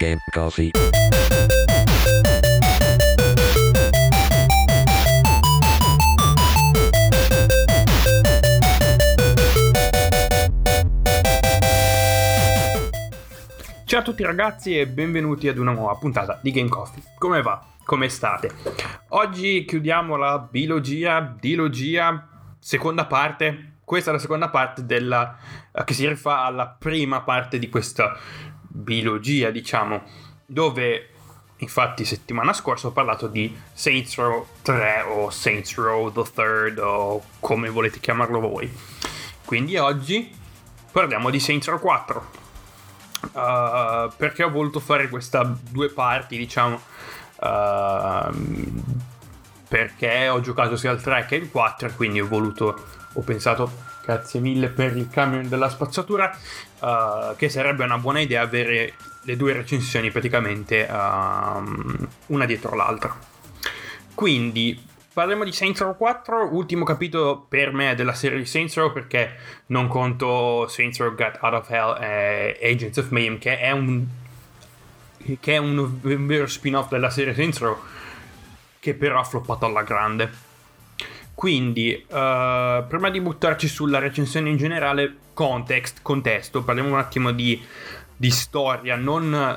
Game Coffee. Ciao a tutti ragazzi e benvenuti ad una nuova puntata di Game Coffee. Come va? Come state? Oggi chiudiamo la biologia, seconda parte. Questa è la seconda parte che si rifà alla prima parte di questa biologia, diciamo, dove infatti settimana scorsa ho parlato di Saints Row 3 o Saints Row the Third o come volete chiamarlo voi. Quindi oggi parliamo di Saints Row 4. Perché ho voluto fare queste due parti, diciamo, perché ho giocato sia il 3 che il 4, quindi ho pensato, grazie mille per il camion della spazzatura, che sarebbe una buona idea avere le due recensioni praticamente una dietro l'altra. Quindi parliamo di Saints Row 4, ultimo capitolo per me della serie di Saints Row, perché non conto Saints Row Got Out of Hell e Agents of Mayhem, che è un vero spin-off della serie Saints Row, che però ha floppato alla grande. Quindi prima di buttarci sulla recensione in generale, contesto, parliamo un attimo di storia, non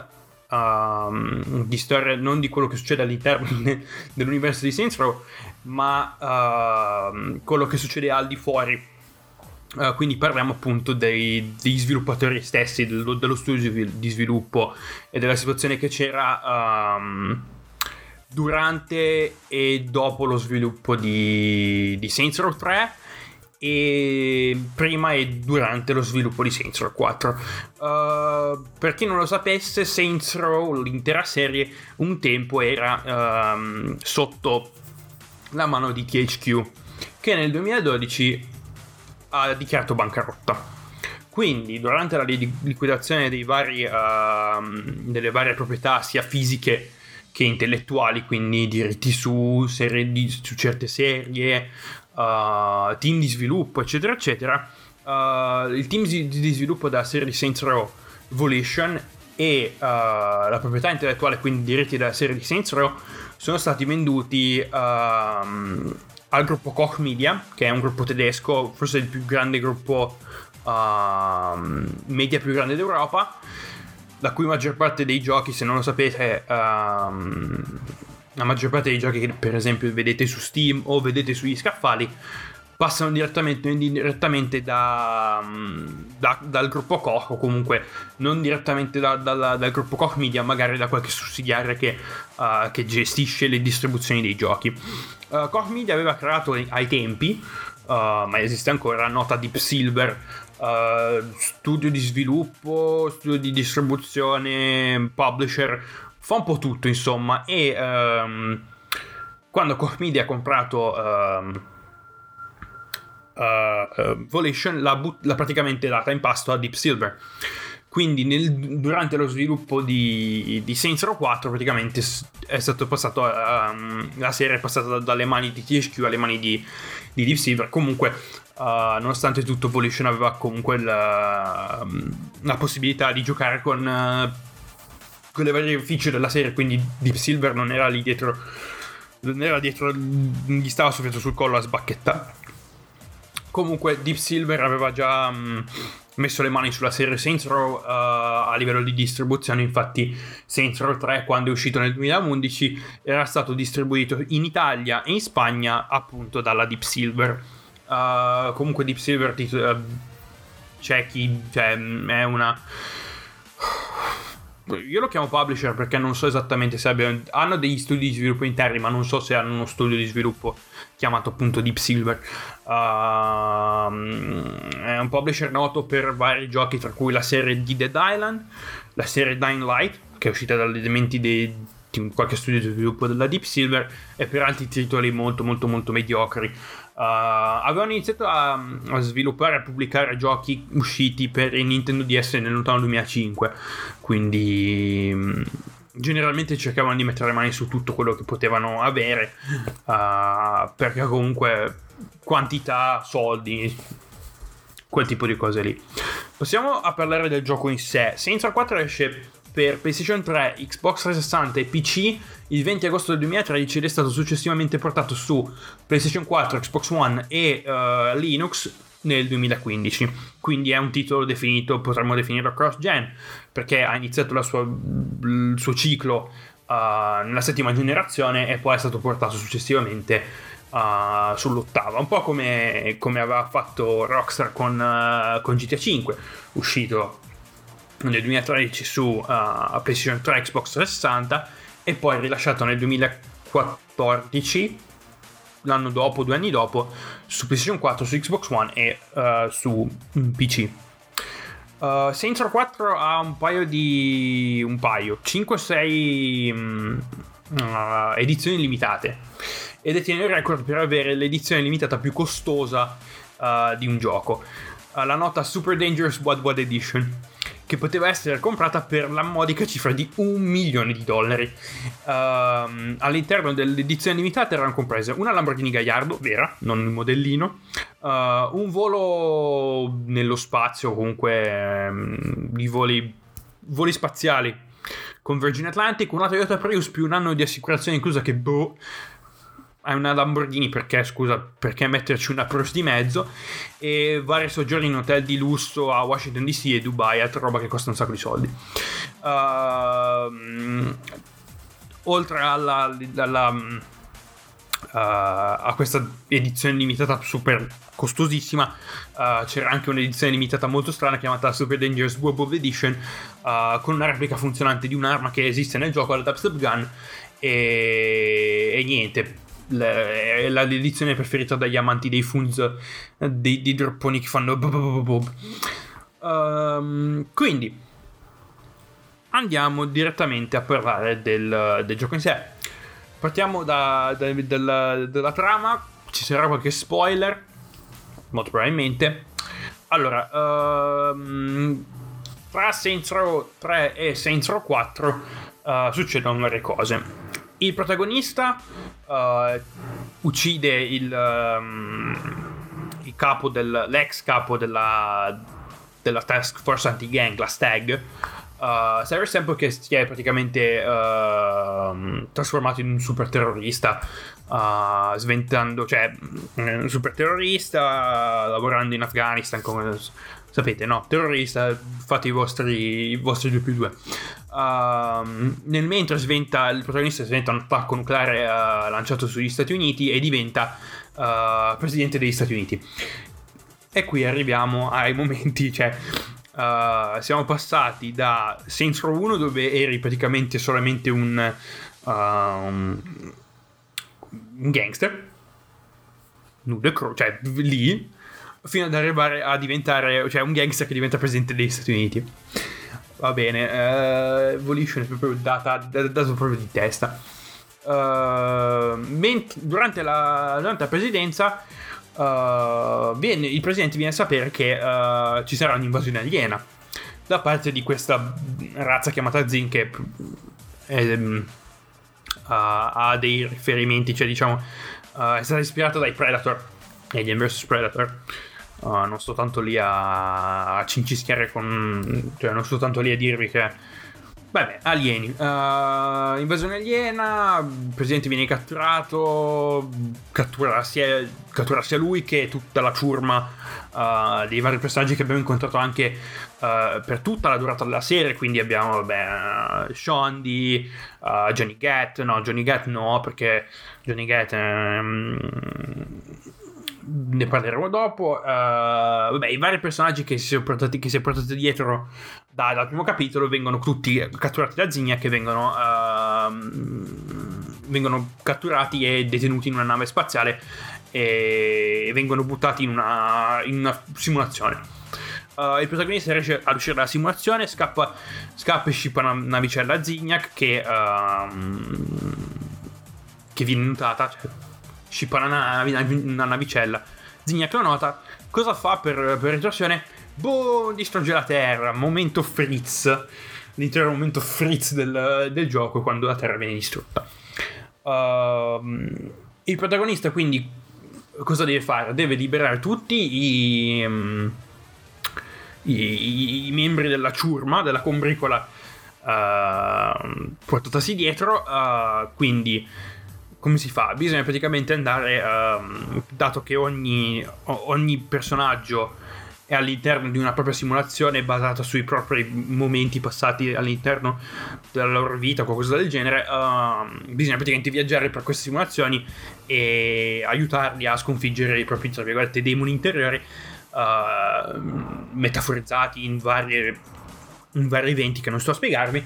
di quello che succede all'interno dell'universo di Saints Row, ma quello che succede al di fuori. Quindi parliamo appunto degli sviluppatori stessi, dello studio di sviluppo e della situazione che c'era durante e dopo lo sviluppo di Saints Row 3 e prima e durante lo sviluppo di Saints Row 4. Per chi non lo sapesse, Saints Row, l'intera serie, un tempo era sotto la mano di THQ, che nel 2012 ha dichiarato bancarotta. Quindi durante la liquidazione delle varie proprietà, sia fisiche che intellettuali, quindi diritti su certe serie, team di sviluppo, eccetera eccetera, il team di sviluppo della serie di Saints Row, Volition, e la proprietà intellettuale, quindi i diritti della serie di Saints Row, sono stati venduti al gruppo Koch Media, che è un gruppo tedesco, forse il più grande gruppo media più grande d'Europa, la cui maggior parte dei giochi, se non lo sapete, la maggior parte dei giochi che per esempio vedete su Steam o vedete sugli scaffali passano direttamente o indirettamente dal gruppo Koch, o comunque non direttamente dal gruppo Koch Media, magari da qualche sussidiaria che gestisce le distribuzioni dei giochi. Koch Media aveva creato ai tempi, ma esiste ancora, nota Deep Silver, studio di sviluppo, studio di distribuzione, publisher, fa un po' tutto insomma. E quando Koch Media ha comprato Volition, l'ha praticamente data in pasto a Deep Silver. Quindi durante lo sviluppo di Saints Row 4 praticamente è stato passato la serie è passata dalle mani di THQ alle mani di Deep Silver. Comunque nonostante tutto, Volition aveva comunque la possibilità di giocare con le varie feature della serie, quindi Deep Silver non era dietro, gli stava soffiato sul collo a sbacchettare. Comunque Deep Silver aveva già messo le mani sulla serie Saints Row a livello di distribuzione. Infatti Saints Row 3, quando è uscito nel 2011, era stato distribuito in Italia e in Spagna appunto dalla Deep Silver. Comunque Deep Silver è una... Io lo chiamo publisher perché non so esattamente se hanno degli studi di sviluppo interni, ma non so se hanno uno studio di sviluppo chiamato appunto Deep Silver. È un publisher noto per vari giochi, tra cui la serie di Dead Island, la serie Dying Light, che è uscita dagli elementi di qualche studio di sviluppo della Deep Silver, e per altri titoli molto molto molto mediocri. Avevano iniziato a sviluppare e a pubblicare giochi usciti per il Nintendo DS nel lontano 2005, quindi generalmente cercavano di mettere le mani su tutto quello che potevano avere, perché comunque quantità, soldi, quel tipo di cose lì. Passiamo a parlare del gioco in sé. Saints Row 4 esce per PlayStation 3, Xbox 360 e PC il 20 agosto del 2013 ed è stato successivamente portato su PlayStation 4, Xbox One e Linux nel 2015. Quindi è un titolo definito, potremmo definirlo cross-gen, perché ha iniziato il suo ciclo nella 7ª generazione e poi è stato portato successivamente sull'8ª, un po' come aveva fatto Rockstar con GTA 5, uscito nel 2013 su PlayStation 3, Xbox 360 e poi rilasciato nel 2014, l'anno dopo, 2 anni dopo, su PlayStation 4, su Xbox One e su PC. Saints Row 4 ha 5-6 edizioni limitate e detiene il record per avere l'edizione limitata più costosa di un gioco, la nota Super Dangerous WOD Edition, che poteva essere comprata per la modica cifra di $1 milione. All'interno dell'edizione limitata erano comprese una Lamborghini Gallardo vera, non il modellino, un volo nello spazio, comunque di voli spaziali con Virgin Atlantic, una Toyota Prius più un anno di assicurazione inclusa, che è una Lamborghini, perché metterci una Prius di mezzo, e vari soggiorni in hotel di lusso a Washington DC e Dubai, altra roba che costa un sacco di soldi. Oltre a questa edizione limitata super costosissima, c'era anche un'edizione limitata molto strana chiamata Super Dangerous WOD Edition, con una replica funzionante di un'arma che esiste nel gioco, la Dubstep Gun, e niente, è l'edizione preferita dagli amanti dei funz, dei dropponi che fanno quindi andiamo direttamente a parlare del gioco in sé. Partiamo dalla trama. Ci sarà qualche spoiler, molto probabilmente. Allora, tra Saints Row 3 e Saints Row 4 succedono varie cose. Il protagonista uccide l'ex capo della Task Force Anti-Gang, la STAG, Cyrus Temple, che si è praticamente trasformato in un super terrorista, sventando, cioè un super terrorista lavorando in Afghanistan, come sapete, no? Terrorista, fate i vostri 2+2. Nel mentre il protagonista sventa un attacco nucleare lanciato sugli Stati Uniti e diventa presidente degli Stati Uniti. E qui arriviamo ai momenti, cioè siamo passati da Saints Row 1, dove eri praticamente solamente un gangster nudo e cioè lì, fino ad arrivare a diventare, cioè, un gangster che diventa presidente degli Stati Uniti. Va bene, Evolution è proprio dato proprio di testa. Durante la presidenza il presidente viene a sapere che ci sarà un'invasione aliena da parte di questa razza chiamata Zin, che ha dei riferimenti, cioè diciamo è stata ispirata dai Predator, Alien vs Predator. Non sto tanto lì a cincischiare cioè non sto tanto lì a dirvi che vabbè, alieni, invasione aliena, il presidente viene catturato, cattura sia lui che tutta la ciurma dei vari personaggi che abbiamo incontrato anche per tutta la durata della serie. Quindi abbiamo Shondi, Johnny Gat no, perché Johnny Gat ne parleremo dopo. I vari personaggi che si è portati dietro dal primo capitolo vengono tutti catturati da Zinnia, che vengono catturati e detenuti in una nave spaziale e vengono buttati in una simulazione. Il protagonista riesce ad uscire dalla simulazione, scappa e scippa una navicella a Zinniak che viene notata, cioè scippa una navicella. Zinniak la nota. Cosa fa per ritorsione? Distrugge la Terra. Momento Fritz. L'intero momento Fritz del gioco, quando la Terra viene distrutta. Il protagonista quindi cosa deve fare? Deve liberare tutti i membri della ciurma, della combricola portatasi dietro. Quindi come si fa? Bisogna praticamente andare, dato che ogni personaggio è all'interno di una propria simulazione basata sui propri momenti passati all'interno della loro vita o qualcosa del genere, bisogna praticamente viaggiare per queste simulazioni e aiutarli a sconfiggere i propri, tra virgolette, demoni interiori, metaforizzati in vari eventi che non sto a spiegarvi.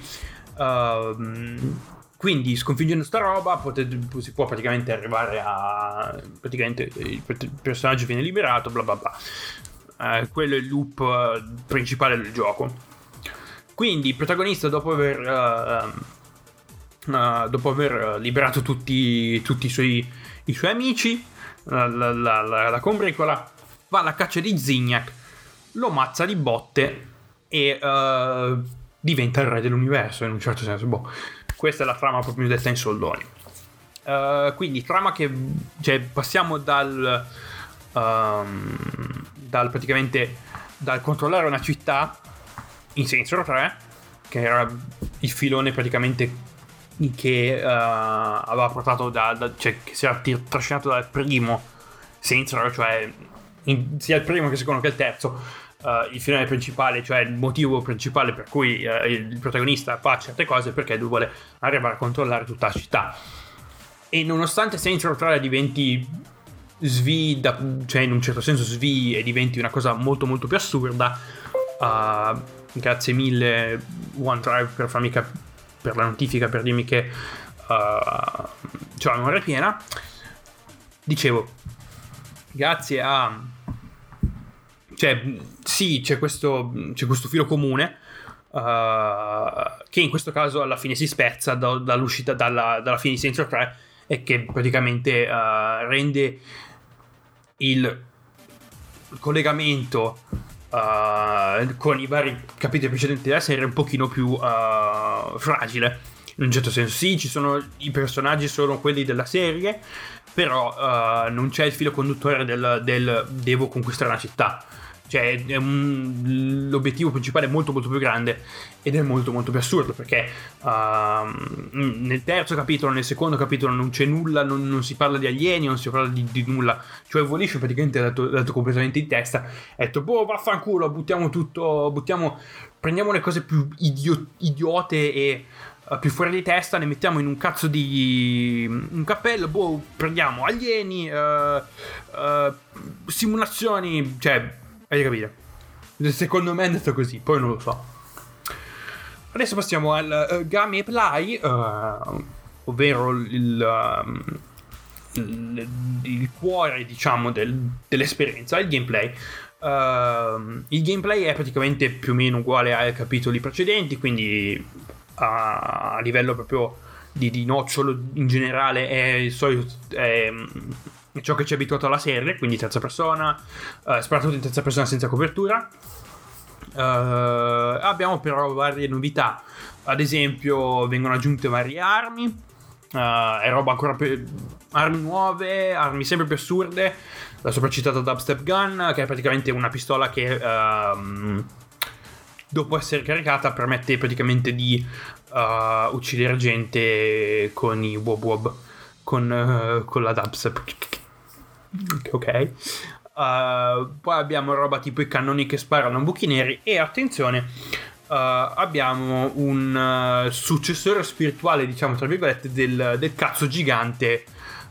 Quindi sconfiggendo sta roba si può praticamente arrivare a praticamente il personaggio viene liberato, bla bla bla. Quello è il loop principale del gioco. Quindi il protagonista, dopo aver liberato tutti i suoi amici, la combricola, va alla caccia di Zinyak, lo mazza di botte e diventa il re dell'universo, in un certo senso. Questa è la trama proprio detta in soldoni. Quindi trama che, cioè, passiamo dal praticamente dal controllare una città in Saints Row 3, che era il filone praticamente che aveva portato cioè che si era trascinato dal primo Saints Row, cioè sia il primo che il secondo che il terzo. Il filone principale, cioè il motivo principale per cui il protagonista fa certe cose, perché lui vuole arrivare a controllare tutta la città. E nonostante Saints Row 3 diventi cioè in un certo senso svii e diventi una cosa molto molto più assurda, grazie mille OneDrive per farmi per la notifica, per dirmi che c'è la memoria piena. Dicevo, grazie a, cioè sì, c'è questo filo comune, che in questo caso alla fine si spezza dall'uscita dalla fine di Saints Row 3, e che praticamente rende il collegamento con i vari capitoli precedenti della serie un pochino più fragile, in un certo senso. Sì, i personaggi sono quelli della serie, però non c'è il filo conduttore del devo conquistare una città. Cioè l'obiettivo principale è molto molto più grande ed è molto molto più assurdo, perché nel terzo capitolo, nel secondo capitolo non c'è nulla, non si parla di alieni, non si parla di nulla. Cioè Volition praticamente ha dato completamente in testa, ha detto vaffanculo, buttiamo tutto, prendiamo le cose più idiote e più fuori di testa, ne mettiamo in un cazzo di un cappello, prendiamo alieni, simulazioni, cioè avete capito? Secondo me è andato così, poi non lo so. Adesso passiamo al gameplay, ovvero il cuore, diciamo, dell'esperienza, il gameplay. Il gameplay è praticamente più o meno uguale ai capitoli precedenti, quindi a livello proprio di nocciolo in generale è il solito, è ciò che ci ha abituato alla serie, quindi terza persona, soprattutto in terza persona senza copertura. Abbiamo però varie novità, ad esempio vengono aggiunte varie armi, e roba ancora più, armi nuove, armi sempre più assurde. La sopracitata Dubstep Gun, che è praticamente una pistola che dopo essere caricata permette praticamente di uccidere gente con i wob con la dubstep. Ok. Poi abbiamo roba tipo i cannoni che sparano a buchi neri, e attenzione, abbiamo un successore spirituale, diciamo tra virgolette, del cazzo gigante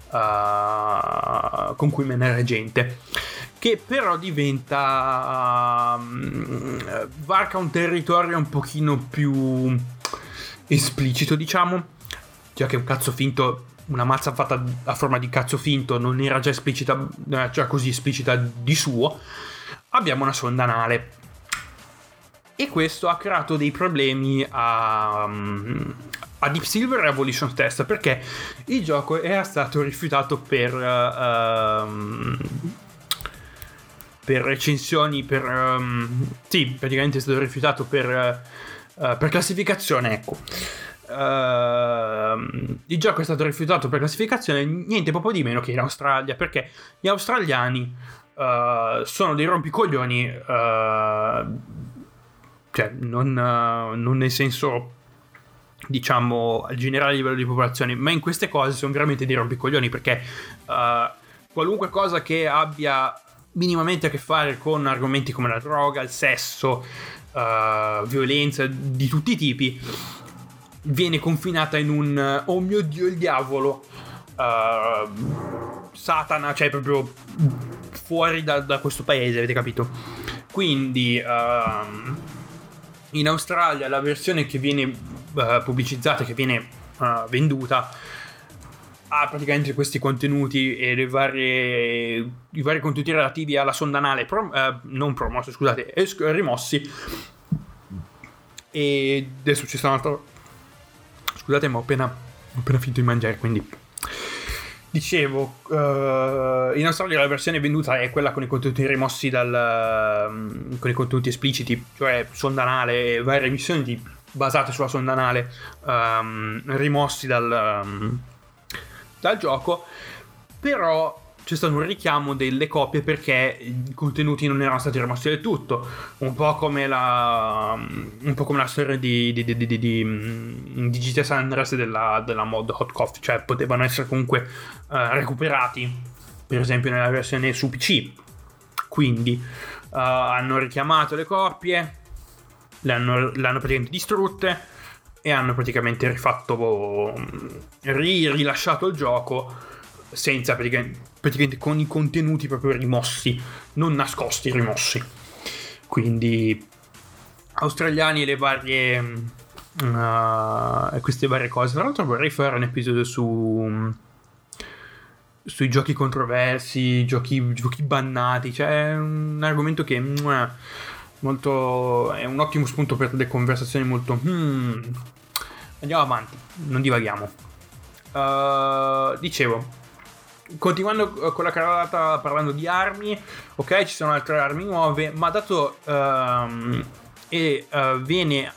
con cui menare gente, che però diventa varca un territorio un pochino più esplicito, diciamo, già che un cazzo finto, una mazza fatta a forma di cazzo finto non era già esplicita, già così esplicita di suo. Abbiamo una sonda anale, e questo ha creato dei problemi a Deep Silver e a Volition stessa, perché il gioco era stato rifiutato per recensioni, sì, praticamente è stato rifiutato per classificazione, ecco. Il gioco è stato rifiutato per classificazione, niente proprio di meno che in Australia, perché gli australiani sono dei rompicoglioni, cioè non nel senso diciamo al generale livello di popolazione, ma in queste cose sono veramente dei rompicoglioni, perché qualunque cosa che abbia minimamente a che fare con argomenti come la droga, il sesso, violenza di tutti i tipi viene confinata in un oh mio Dio il diavolo, Satana, cioè proprio fuori da questo paese, avete capito? Quindi in Australia la versione che viene pubblicizzata, che viene venduta, ha praticamente questi contenuti e i vari contenuti relativi alla sonda anale non promossi, scusate, rimossi. E adesso ci sta un altro, scusate, ma ho appena finito di mangiare, quindi dicevo, in Australia la versione venduta è quella con i contenuti rimossi con i contenuti espliciti, cioè sonda anale e varie missioni basate sulla sonda anale, rimossi dal gioco. Però c'è stato un richiamo delle copie perché i contenuti non erano stati rimossi del tutto, un po' come la storia di GTA San Andreas della mod Hot Coffee, cioè potevano essere comunque recuperati, per esempio nella versione su PC. Quindi hanno richiamato le copie, l'hanno praticamente distrutte e hanno praticamente rilasciato il gioco senza praticamente con i contenuti proprio rimossi, non nascosti, rimossi. Quindi australiani e le varie queste varie cose. Tra l'altro vorrei fare un episodio sui giochi controversi, giochi bannati, cioè è un argomento che molto, è un ottimo spunto per delle conversazioni molto andiamo avanti, non divaghiamo. Dicevo, continuando con la carrellata parlando di armi, ok, ci sono altre armi nuove, ma dato viene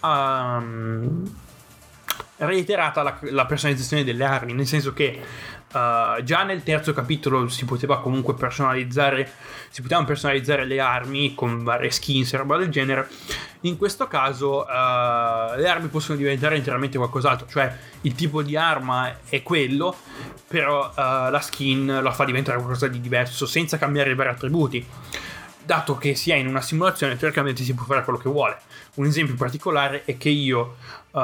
reiterata la personalizzazione delle armi, nel senso che già nel terzo capitolo si potevano personalizzare le armi con varie skins e roba del genere. In questo caso le armi possono diventare interamente qualcos'altro, cioè il tipo di arma è quello, però la skin la fa diventare qualcosa di diverso senza cambiare i vari attributi. Dato che si è in una simulazione, teoricamente si può fare quello che vuole. Un esempio particolare è che io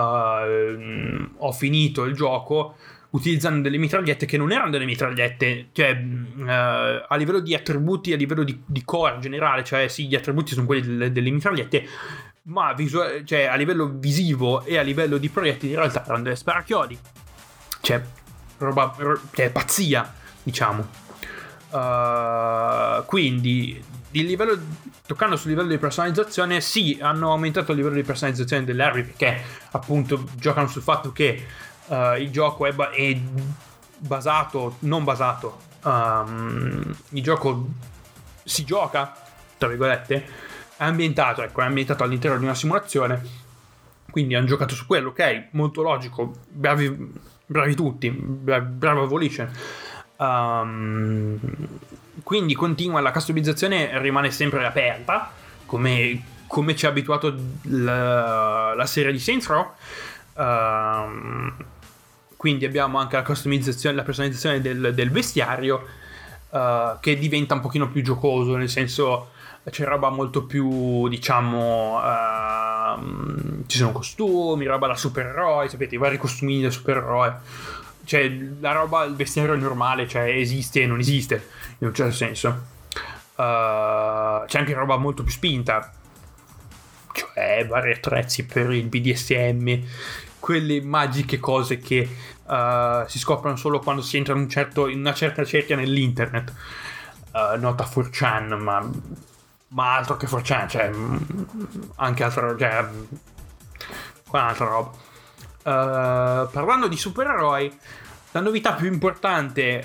ho finito il gioco utilizzando delle mitragliette che non erano delle mitragliette, cioè a livello di attributi, a livello di core in generale, cioè sì, gli attributi sono quelli delle mitragliette, ma cioè a livello visivo e a livello di proiettili in realtà erano delle sparachiodi, cioè cioè pazzia, diciamo. Quindi toccando sul livello di personalizzazione, sì, hanno aumentato il livello di personalizzazione delle armi perché appunto giocano sul fatto che il gioco è il gioco si gioca, tra virgolette, è ambientato all'interno di una simulazione, quindi hanno giocato su quello, ok, molto logico, bravi tutti, bravo Volition. Quindi continua, la customizzazione rimane sempre aperta come ci ha abituato la serie di Saints Row. Quindi abbiamo anche la customizzazione, la personalizzazione del vestiario, che diventa un pochino più giocoso, nel senso c'è roba molto più, diciamo, ci sono costumi, roba da supereroi, sapete, i vari costumini da supereroi, cioè la roba, il vestiario normale, cioè esiste e non esiste in un certo senso. C'è anche roba molto più spinta, cioè vari attrezzi per il BDSM, quelle magiche cose che si scoprono solo quando si entra in una certa cerchia nell'internet, nota 4chan, ma altro che 4chan, cioè anche altra, cioè un'altra roba. Parlando di supereroi, la novità più importante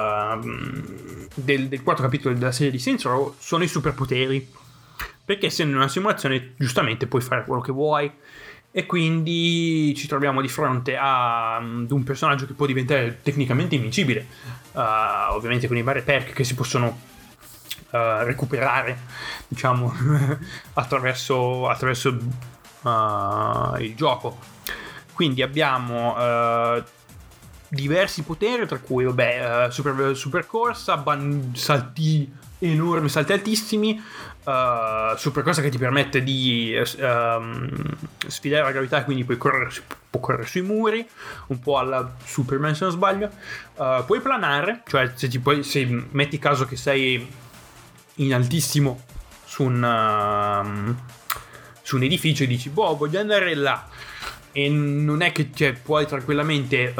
del quarto capitolo della serie di Saints Row sono i superpoteri, perché essendo una simulazione giustamente puoi fare quello che vuoi, e quindi ci troviamo di fronte ad un personaggio che può diventare tecnicamente invincibile, ovviamente con i vari perk che si possono recuperare, diciamo, attraverso il gioco. Quindi abbiamo diversi poteri, tra cui super corsa, salti enormi, salti altissimi, super corsa che ti permette di sfidare la gravità, quindi può correre sui muri, un po' alla Superman se non sbaglio. Puoi planare, cioè se metti caso che sei in altissimo su un edificio e dici voglio andare là, e non è che puoi tranquillamente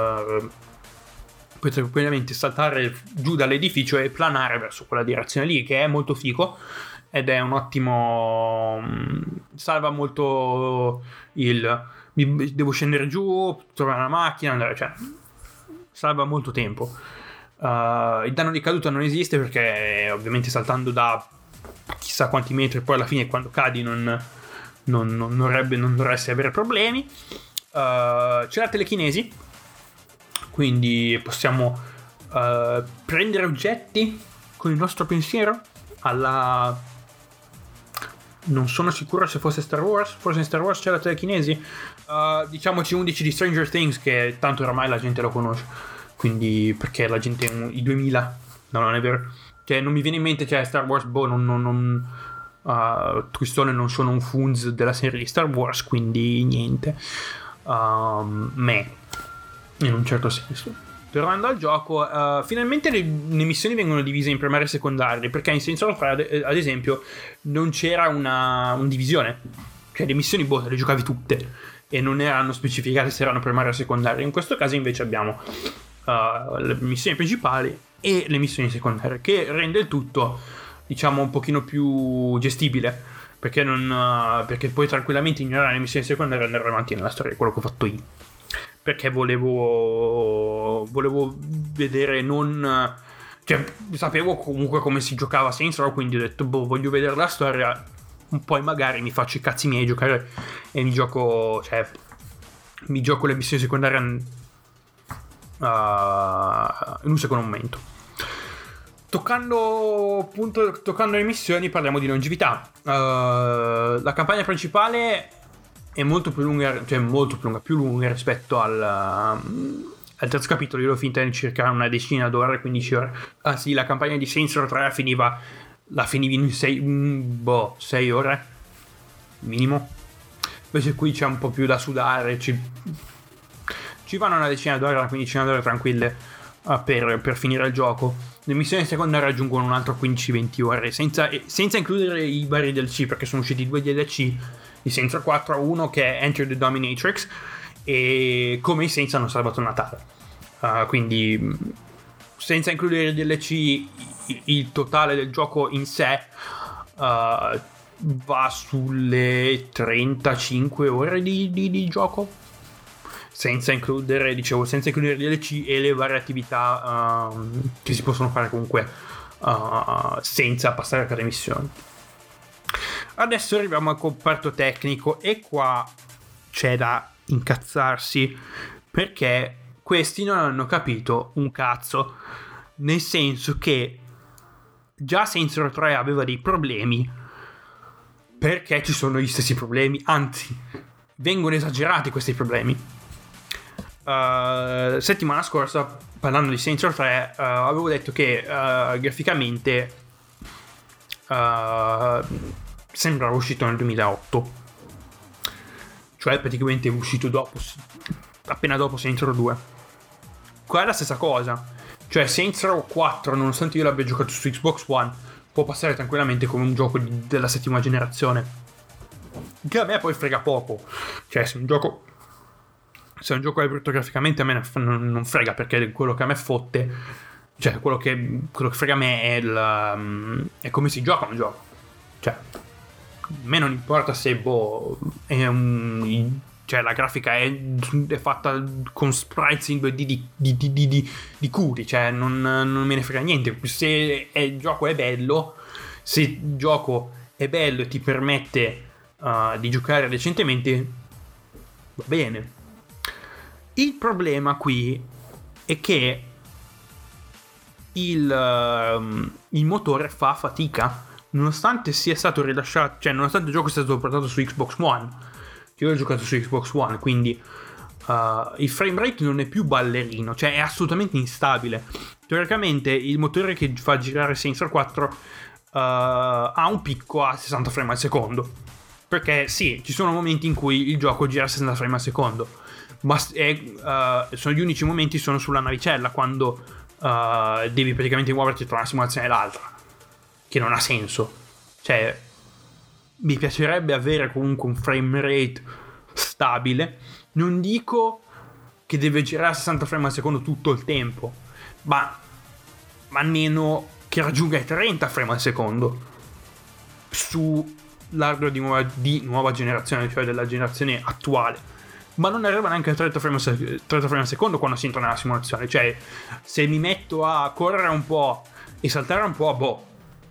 saltare giù dall'edificio e planare verso quella direzione lì, che è molto figo ed è un ottimo, salva molto devo scendere giù, trovare una macchina, andare, cioè salva molto tempo. Il danno di caduta non esiste perché ovviamente saltando da chissà quanti metri poi alla fine quando cadi non dovresti avere problemi. C'è la telecinesi, quindi possiamo prendere oggetti con il nostro pensiero non sono sicuro se fosse Star Wars, forse in Star Wars c'è la telecinesi. Diciamoci 11 di Stranger Things, che tanto oramai la gente lo conosce, quindi perché la gente i 2000 no, non è vero, cioè non mi viene in mente, cioè Star Wars Twistone non sono un funz della serie di Star Wars, quindi niente. In un certo senso. Tornando al gioco, finalmente le missioni vengono divise in primarie e secondarie, perché in Saints Row, ad esempio, non c'era una divisione, cioè le missioni le giocavi tutte e non erano specificate se erano primarie o secondarie. In questo caso invece abbiamo le missioni principali e le missioni secondarie, che rende il tutto, diciamo, un pochino più gestibile, perché puoi tranquillamente ignorare le missioni secondarie e andare avanti nella storia, quello che ho fatto io, perché volevo vedere, cioè sapevo comunque come si giocava Saints Row, quindi ho detto voglio vedere la storia, poi magari mi faccio i cazzi miei giocare e mi gioco le missioni secondarie in un secondo momento. Toccando le missioni, parliamo di longevità. La campagna principale è molto più lunga, più lunga rispetto al terzo capitolo. Io l'ho finita in circa una decina d'ore, 15 ore. Ah sì, la campagna di Saints Row 3 la finivi in 6 ore minimo. Invece qui c'è un po' più da sudare, ci vanno una decina d'ore, una quindicina d'ore tranquille per finire il gioco. Le missioni secondarie raggiungono un altro 15-20 ore, senza includere i vari DLC, perché sono usciti 2 DLC di Saints Row 4, uno che è Enter the Dominatrix, e come i Saints hanno salvato Natale. Quindi senza includere i DLC, il totale del gioco in sé va sulle 35 ore di gioco, senza includere i DLC e le varie attività che si possono fare comunque senza passare per le missioni. Adesso arriviamo al comparto tecnico, e qua c'è da incazzarsi, perché questi non hanno capito un cazzo, nel senso che già Saints Row 3 aveva dei problemi, perché ci sono gli stessi problemi, anzi vengono esagerati questi problemi. Settimana scorsa, parlando di Saints Row 3, avevo detto che graficamente sembrava uscito nel 2008, cioè praticamente è uscito appena dopo Saints Row 2. Qua è la stessa cosa, cioè Saints Row 4, nonostante io l'abbia giocato su Xbox One, può passare tranquillamente come un gioco della settima generazione, che a me poi frega poco. Cioè se un gioco è brutto graficamente, a me non frega, perché quello che a me fotte, cioè quello che frega a me è come si gioca un gioco. Cioè a me non importa se cioè la grafica è fatta con sprites in 2D di culi, cioè non me ne frega niente. Se il gioco è bello, e ti permette di giocare decentemente, va bene. Il problema qui è che il motore fa fatica, nonostante sia stato rilasciato, cioè nonostante il gioco sia stato portato su Xbox One. Io l'ho giocato su Xbox One, quindi il frame rate non è più ballerino, cioè è assolutamente instabile. Teoricamente il motore che fa girare Saints Row 4 ha un picco a 60 frame al secondo, perché sì, ci sono momenti in cui il gioco gira a 60 frame al secondo, ma sono gli unici momenti, sono sulla navicella, quando devi praticamente muoverti tra una simulazione e l'altra, che non ha senso. Cioè, mi piacerebbe avere comunque un frame rate stabile. Non dico che deve girare a 60 frame al secondo tutto il tempo, ma almeno che raggiunga i 30 frame al secondo su l'hardware di nuova generazione, cioè della generazione attuale. Ma non arriva neanche a 30 frame al secondo quando si entra nella simulazione. Cioè, se mi metto a correre un po' e saltare un po',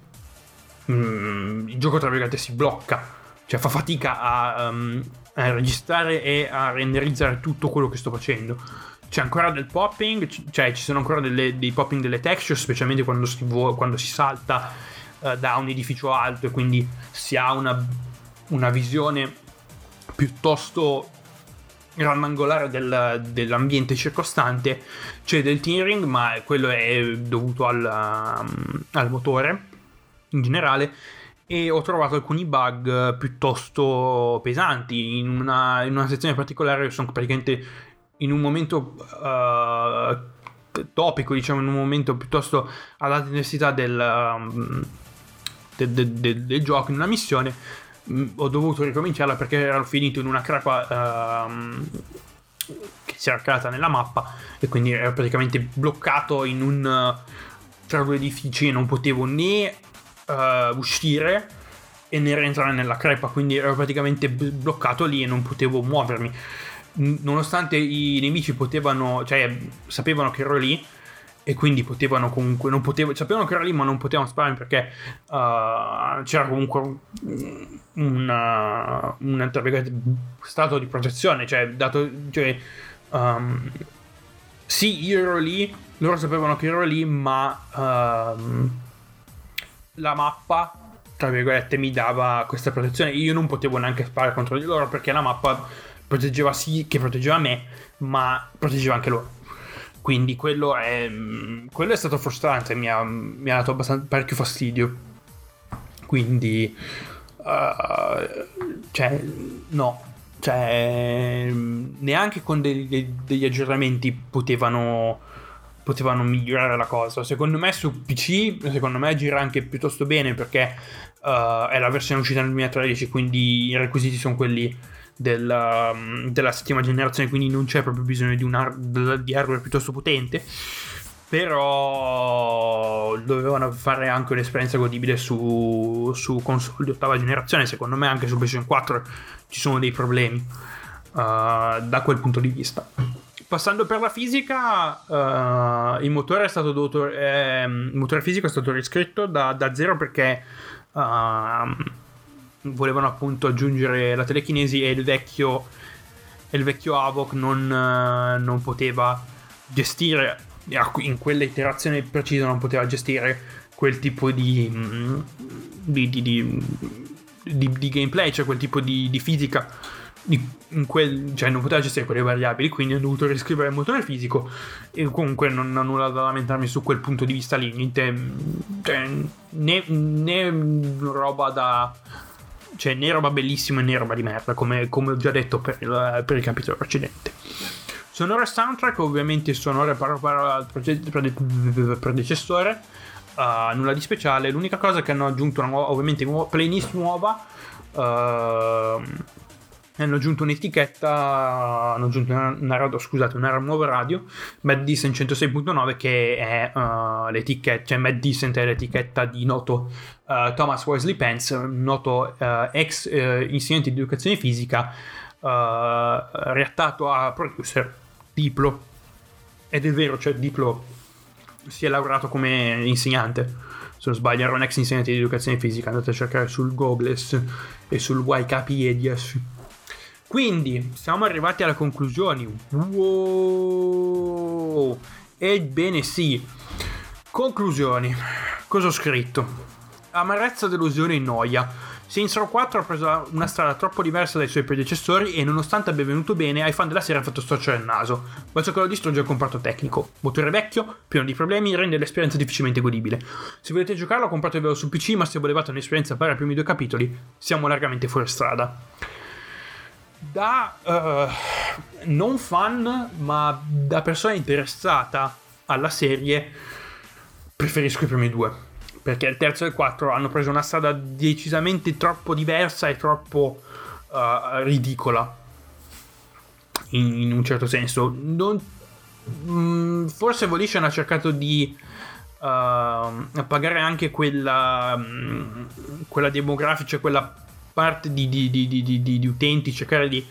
il gioco tra virgolette si blocca, cioè fa fatica a registrare e a renderizzare tutto quello che sto facendo. C'è ancora del popping, cioè ci sono ancora dei popping delle texture, specialmente quando si salta da un edificio alto, e quindi si ha una visione piuttosto grandangolare dell'ambiente circostante. C'è del tearing, ma quello è dovuto al motore in generale, e ho trovato alcuni bug piuttosto pesanti in una sezione particolare. Sono praticamente in un momento topico, diciamo, in un momento piuttosto ad alta intensità del gioco, in una missione. Ho dovuto ricominciarla perché ero finito in una crepa che si era creata nella mappa, e quindi ero praticamente bloccato tra due edifici, e non potevo né uscire e ne rientrare nella crepa, quindi ero praticamente bloccato lì e non potevo muovermi, nonostante i nemici sapevano che ero lì, e quindi sapevano che ero lì, ma non potevano sparare perché c'era comunque un stato di protezione, sì, io ero lì, loro sapevano che ero lì, ma la mappa, tra virgolette, mi dava questa protezione. Io non potevo neanche sparare contro di loro, perché la mappa proteggeva me, ma proteggeva anche loro. Quindi quello è stato frustrante, mi ha dato parecchio fastidio. Quindi neanche con degli aggiornamenti potevano migliorare la cosa. Secondo me su PC gira anche piuttosto bene, perché è la versione uscita nel 2013, quindi i requisiti sono quelli della settima generazione, quindi non c'è proprio bisogno di hardware piuttosto potente. Però dovevano fare anche un'esperienza godibile su console di ottava generazione. Secondo me anche su PlayStation 4 ci sono dei problemi da quel punto di vista. Passando per la fisica, il motore fisico è stato riscritto da zero, perché volevano appunto aggiungere la telekinesi, e il vecchio Havok non poteva gestire, in quella iterazione precisa non poteva gestire quel tipo di gameplay, cioè quel tipo di fisica, cioè non poteva gestire quelle variabili, quindi ho dovuto riscrivere il motore fisico, e comunque non ho nulla da lamentarmi su quel punto di vista lì. Niente, cioè, né roba né roba bellissima né roba di merda, come ho già detto per il capitolo precedente. Sonore soundtrack, ovviamente sonore paro al predecessore, nulla di speciale. L'unica cosa che hanno aggiunto ovviamente playlist nuova, hanno aggiunto un'etichetta, hanno aggiunto una nuova radio, Mad Decent 106.9, che è l'etichetta, cioè Mad Decent è l'etichetta di noto Thomas Wesley Pence, noto ex insegnante di educazione fisica, reattato a producer Diplo. Ed è vero, cioè Diplo si è laureato come insegnante, se non sbaglio era un ex insegnante di educazione fisica. Andate a cercare sul Googles e sul Wikipedias. Quindi siamo arrivati alle conclusioni. Wow! Ebbene sì, conclusioni. Cosa ho scritto? Amarezza, delusione e noia. Saints Row 4 ha preso una strada troppo diversa dai suoi predecessori e nonostante abbia venuto bene, ai fan della serie ha fatto storcere il naso. Ma ciò che lo distrugge è il comparto tecnico. Motore vecchio, pieno di problemi, rende l'esperienza difficilmente godibile. Se volete giocarlo, compratevelo su PC, ma se volevate un'esperienza pari ai primi 2 capitoli, siamo largamente fuori strada. Da non fan, ma da persona interessata alla serie, preferisco i primi 2. Perché il terzo e il 4 hanno preso una strada decisamente troppo diversa e troppo ridicola in un certo senso. Forse Volition ha cercato di pagare anche quella demografica, quella parte di utenti, cercare di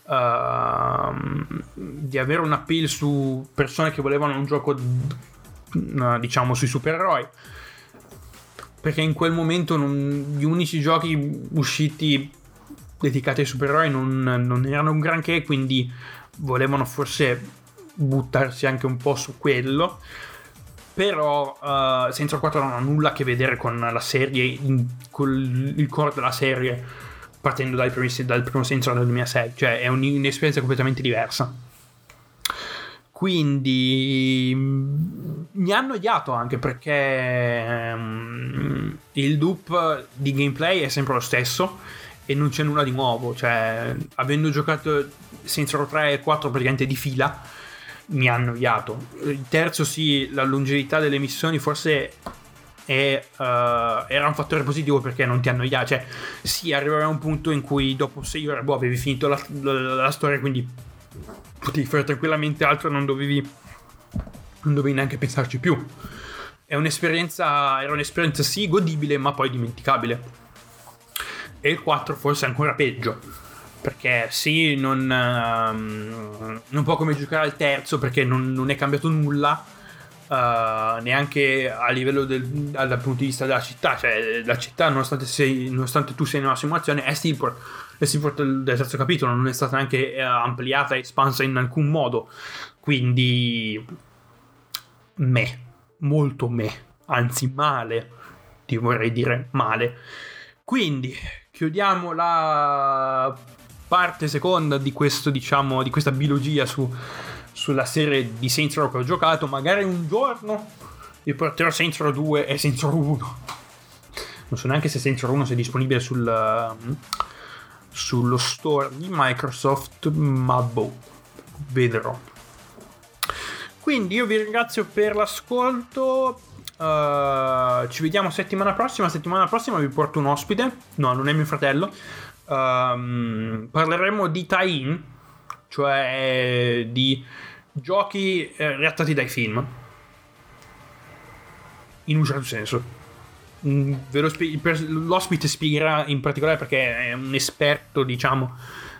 avere un appeal su persone che volevano un gioco diciamo sui supereroi, perché in quel momento gli unici giochi usciti dedicati ai supereroi non erano un granché, quindi volevano forse buttarsi anche un po' su quello. Però Saints Row 4 non ha nulla a che vedere con la serie, con il core della serie, partendo dal primo Saints Row del 2006, cioè è un'esperienza completamente diversa. Quindi mi hanno odiato anche perché il loop di gameplay è sempre lo stesso e non c'è nulla di nuovo. Cioè, avendo giocato Saints Row 3 e 4 praticamente di fila, mi hanno odiato. Il terzo sì, la longevità delle missioni forse era un fattore positivo perché non ti annoiava. Cioè sì, arrivava a un punto in cui dopo 6 ore avevi finito la storia, quindi potevi fare tranquillamente altro e non dovevi neanche pensarci più. Era un'esperienza sì godibile, ma poi dimenticabile. E il 4 forse è ancora peggio, perché sì, non può come giocare al terzo, perché non è cambiato nulla, neanche a livello dal punto di vista della città. Cioè la città, nonostante tu sei in una simulazione, è Steelport del terzo capitolo, non è stata neanche ampliata e espansa in alcun modo. Quindi molto anzi male, ti vorrei dire male. Quindi chiudiamo la parte seconda di questo, diciamo, di questa biologia sulla serie di Saints Row che ho giocato. Magari un giorno vi porterò Saints Row 2 e Saints Row 1. Non so neanche se Saints Row 1 sia disponibile sullo store di Microsoft, ma vedrò. Quindi io vi ringrazio per l'ascolto. Ci vediamo settimana prossima vi porto un ospite. No, non è mio fratello. Parleremo di tie-in, cioè di giochi reattati dai film, in un certo senso. L'ospite spiegherà in particolare perché è un esperto, diciamo,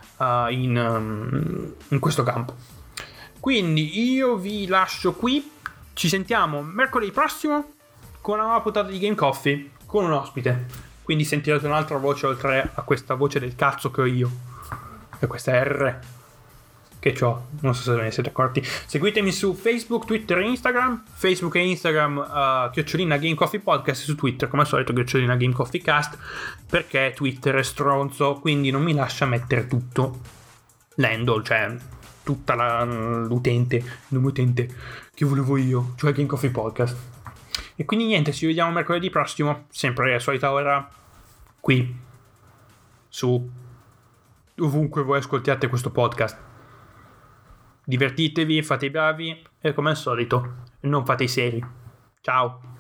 in questo campo. Quindi io vi lascio qui. Ci sentiamo mercoledì prossimo con una nuova puntata di Game Coffee con un ospite. Quindi sentirete un'altra voce oltre a questa voce del cazzo che ho io e questa R che ho. Non so se ve ne siete accorti. Seguitemi su Facebook, Twitter e Instagram. Facebook e Instagram @ Game Coffee Podcast, e su Twitter come al solito @ Game Coffee Cast, perché Twitter è stronzo, quindi non mi lascia mettere tutto l'handle, cioè tutta l'utente, il nome utente che volevo io, cioè Game Coffee Podcast. E quindi niente, ci vediamo mercoledì prossimo, sempre alla solita ora, qui su ovunque voi ascoltiate questo podcast. Divertitevi, fate i bravi e come al solito non fate i seri. Ciao.